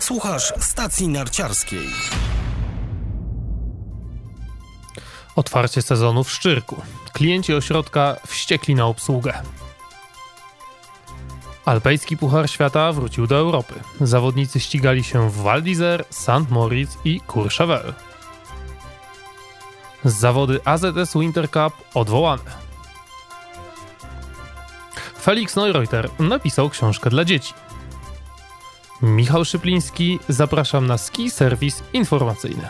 Słuchasz stacji narciarskiej. Otwarcie sezonu w Szczyrku. Klienci ośrodka wściekli na obsługę. Alpejski Puchar Świata wrócił do Europy. Zawodnicy ścigali się w Val d'Isère, St. Moritz i Courchevel. Zawody AZS Winter Cup odwołane. Felix Neureuter napisał książkę dla dzieci. Michał Szypliński, zapraszam na Ski Serwis Informacyjny.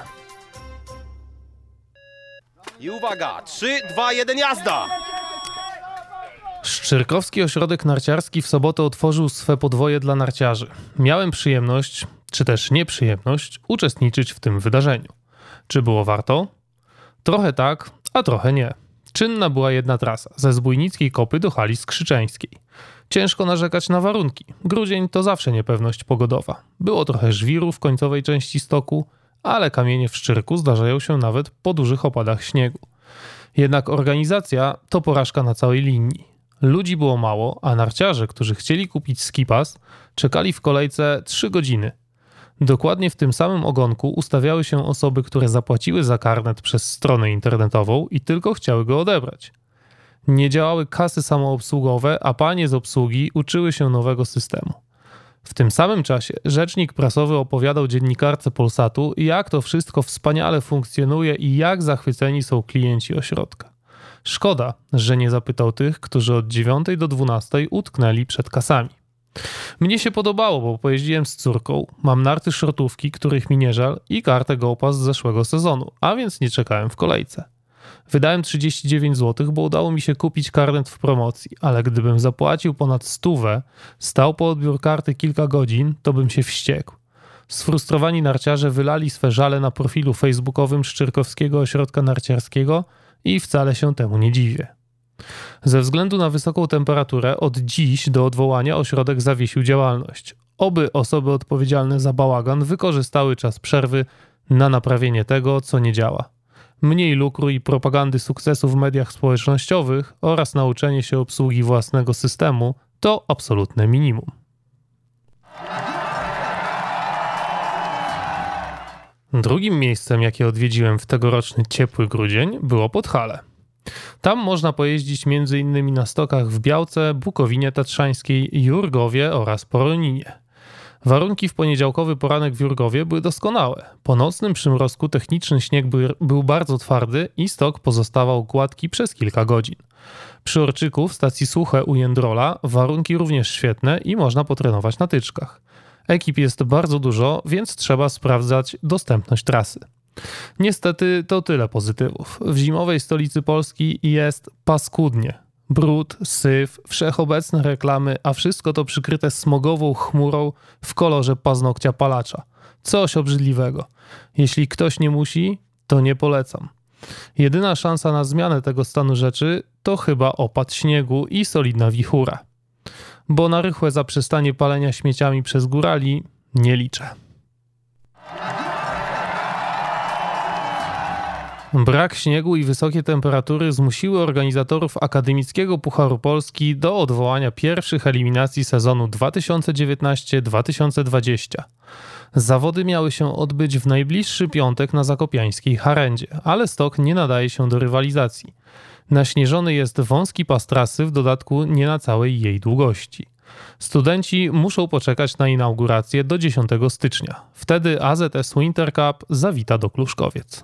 I uwaga, 3, 2, 1, jazda! Szczyrkowski Ośrodek Narciarski w sobotę otworzył swe podwoje dla narciarzy. Miałem przyjemność, czy też nieprzyjemność, uczestniczyć w tym wydarzeniu. Czy było warto? Trochę tak, a trochę nie. Czynna była jedna trasa, ze Zbójnickiej Kopy do hali skrzyczeńskiej. Ciężko narzekać na warunki. Grudzień to zawsze niepewność pogodowa. Było trochę żwiru w końcowej części stoku, ale kamienie w Szczyrku zdarzają się nawet po dużych opadach śniegu. Jednak organizacja to porażka na całej linii. Ludzi było mało, a narciarze, którzy chcieli kupić skipas, czekali w kolejce 3 godziny. Dokładnie w tym samym ogonku ustawiały się osoby, które zapłaciły za karnet przez stronę internetową i tylko chciały go odebrać. Nie działały kasy samoobsługowe, a panie z obsługi uczyły się nowego systemu. W tym samym czasie rzecznik prasowy opowiadał dziennikarce Polsatu, jak to wszystko wspaniale funkcjonuje i jak zachwyceni są klienci ośrodka. Szkoda, że nie zapytał tych, którzy od 9 do 12 utknęli przed kasami. Mnie się podobało, bo pojeździłem z córką, mam narty shortówki, których mi nie żal i kartę GoPass z zeszłego sezonu, a więc nie czekałem w kolejce. Wydałem 39 zł, bo udało mi się kupić karnet w promocji, ale gdybym zapłacił ponad 100, stał po odbiór karty kilka godzin, to bym się wściekł. Sfrustrowani narciarze wylali swe żale na profilu facebookowym Szczyrkowskiego Ośrodka Narciarskiego i wcale się temu nie dziwię. Ze względu na wysoką temperaturę od dziś do odwołania ośrodek zawiesił działalność. Oby osoby odpowiedzialne za bałagan wykorzystały czas przerwy na naprawienie tego, co nie działa. Mniej lukru i propagandy sukcesu w mediach społecznościowych oraz nauczenie się obsługi własnego systemu to absolutne minimum. Drugim miejscem, jakie odwiedziłem w tegoroczny ciepły grudzień, było Podhale. Tam można pojeździć m.in. na stokach w Białce, Bukowinie Tatrzańskiej, Jurgowie oraz Poroninie. Warunki w poniedziałkowy poranek w Jurgowie były doskonałe. Po nocnym przymrozku techniczny śnieg był bardzo twardy i stok pozostawał gładki przez kilka godzin. Przy Orczyku w stacji Suche u Jędrola warunki również świetne i można potrenować na tyczkach. Ekip jest bardzo dużo, więc trzeba sprawdzać dostępność trasy. Niestety to tyle pozytywów. W zimowej stolicy Polski jest paskudnie. Brud, syf, wszechobecne reklamy, a wszystko to przykryte smogową chmurą w kolorze paznokcia palacza. Coś obrzydliwego. Jeśli ktoś nie musi, to nie polecam. Jedyna szansa na zmianę tego stanu rzeczy to chyba opad śniegu i solidna wichura. Bo na rychłe zaprzestanie palenia śmieciami przez górali nie liczę. Brak śniegu i wysokie temperatury zmusiły organizatorów Akademickiego Pucharu Polski do odwołania pierwszych eliminacji sezonu 2019-2020. Zawody miały się odbyć w najbliższy piątek na zakopiańskiej Harendzie, ale stok nie nadaje się do rywalizacji. Naśnieżony jest wąski pas trasy, w dodatku nie na całej jej długości. Studenci muszą poczekać na inaugurację do 10 stycznia. Wtedy AZS Winter Cup zawita do Kluszkowiec.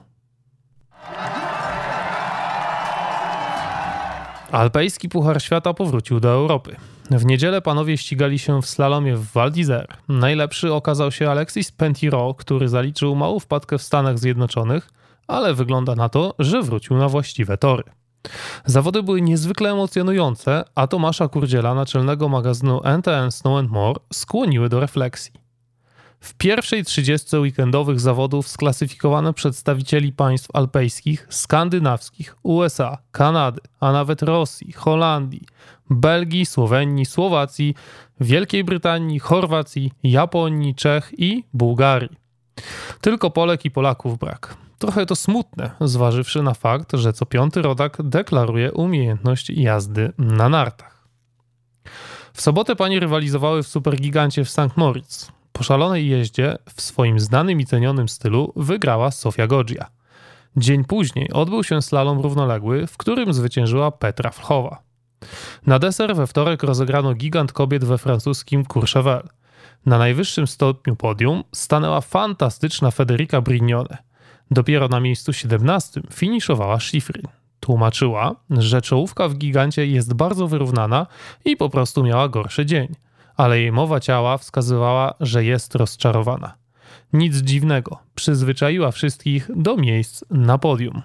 Alpejski Puchar Świata powrócił do Europy. W niedzielę panowie ścigali się w slalomie w Val d'Isère. Najlepszy okazał się Alexis Pentiro, który zaliczył małą wpadkę w Stanach Zjednoczonych, ale wygląda na to, że wrócił na właściwe tory. Zawody były niezwykle emocjonujące, a Tomasza Kurdziela, naczelnego magazynu NTN Snow & More, skłoniły do refleksji. W pierwszej 30 weekendowych zawodów sklasyfikowano przedstawicieli państw alpejskich, skandynawskich, USA, Kanady, a nawet Rosji, Holandii, Belgii, Słowenii, Słowacji, Wielkiej Brytanii, Chorwacji, Japonii, Czech i Bułgarii. Tylko Polek i Polaków brak. Trochę to smutne, zważywszy na fakt, że co 5. rodak deklaruje umiejętność jazdy na nartach. W sobotę panie rywalizowały w Supergigancie w St. Moritz. Po szalonej jeździe w swoim znanym i cenionym stylu wygrała Sofia Goggia. Dzień później odbył się slalom równoległy, w którym zwyciężyła Petra Vlhova. Na deser we wtorek rozegrano gigant kobiet we francuskim Courchevel. Na najwyższym stopniu podium stanęła fantastyczna Federica Brignone. Dopiero na miejscu 17 finiszowała Schifrin. Tłumaczyła, że czołówka w gigancie jest bardzo wyrównana i po prostu miała gorszy dzień, ale jej mowa ciała wskazywała, że jest rozczarowana. Nic dziwnego, przyzwyczaiła wszystkich do miejsc na podium.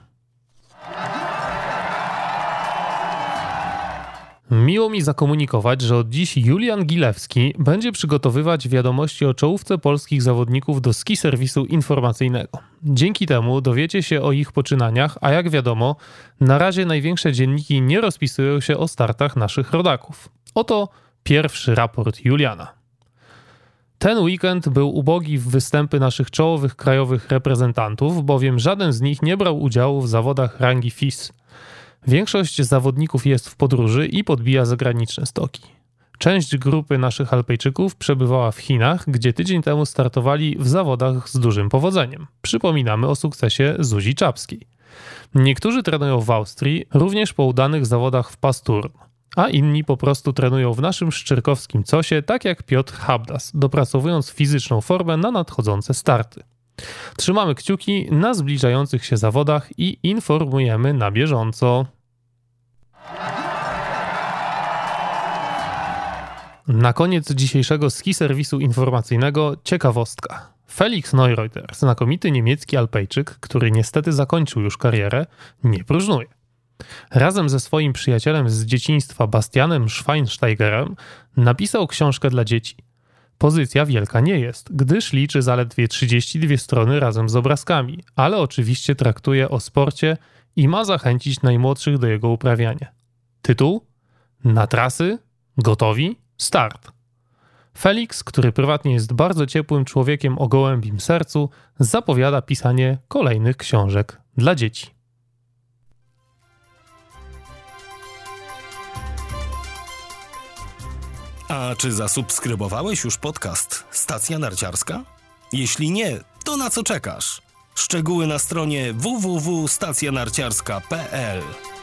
Miło mi zakomunikować, że od dziś Julian Gilewski będzie przygotowywać wiadomości o czołówce polskich zawodników do ski serwisu informacyjnego. Dzięki temu dowiecie się o ich poczynaniach, a jak wiadomo, na razie największe dzienniki nie rozpisują się o startach naszych rodaków. Oto pierwszy raport Juliana. Ten weekend był ubogi w występy naszych czołowych krajowych reprezentantów, bowiem żaden z nich nie brał udziału w zawodach rangi FIS. Większość zawodników jest w podróży i podbija zagraniczne stoki. Część grupy naszych Alpejczyków przebywała w Chinach, gdzie tydzień temu startowali w zawodach z dużym powodzeniem. Przypominamy o sukcesie Zuzi Czapskiej. Niektórzy trenują w Austrii, również po udanych zawodach w Pasturn, a inni po prostu trenują w naszym szczyrkowskim cosie, tak jak Piotr Habdas, dopracowując fizyczną formę na nadchodzące starty. Trzymamy kciuki na zbliżających się zawodach i informujemy na bieżąco. Na koniec dzisiejszego ski serwisu informacyjnego ciekawostka. Felix Neureuter, znakomity niemiecki alpejczyk, który niestety zakończył już karierę, nie próżnuje. Razem ze swoim przyjacielem z dzieciństwa Bastianem Schweinsteigerem napisał książkę dla dzieci. Pozycja wielka nie jest, gdyż liczy zaledwie 32 strony razem z obrazkami, ale oczywiście traktuje o sporcie i ma zachęcić najmłodszych do jego uprawiania. Tytuł? Na trasy, gotowi, start. Felix, który prywatnie jest bardzo ciepłym człowiekiem o gołębim sercu, zapowiada pisanie kolejnych książek dla dzieci. A czy zasubskrybowałeś już podcast Stacja Narciarska? Jeśli nie, to na co czekasz? Szczegóły na stronie www.stacjanarciarska.pl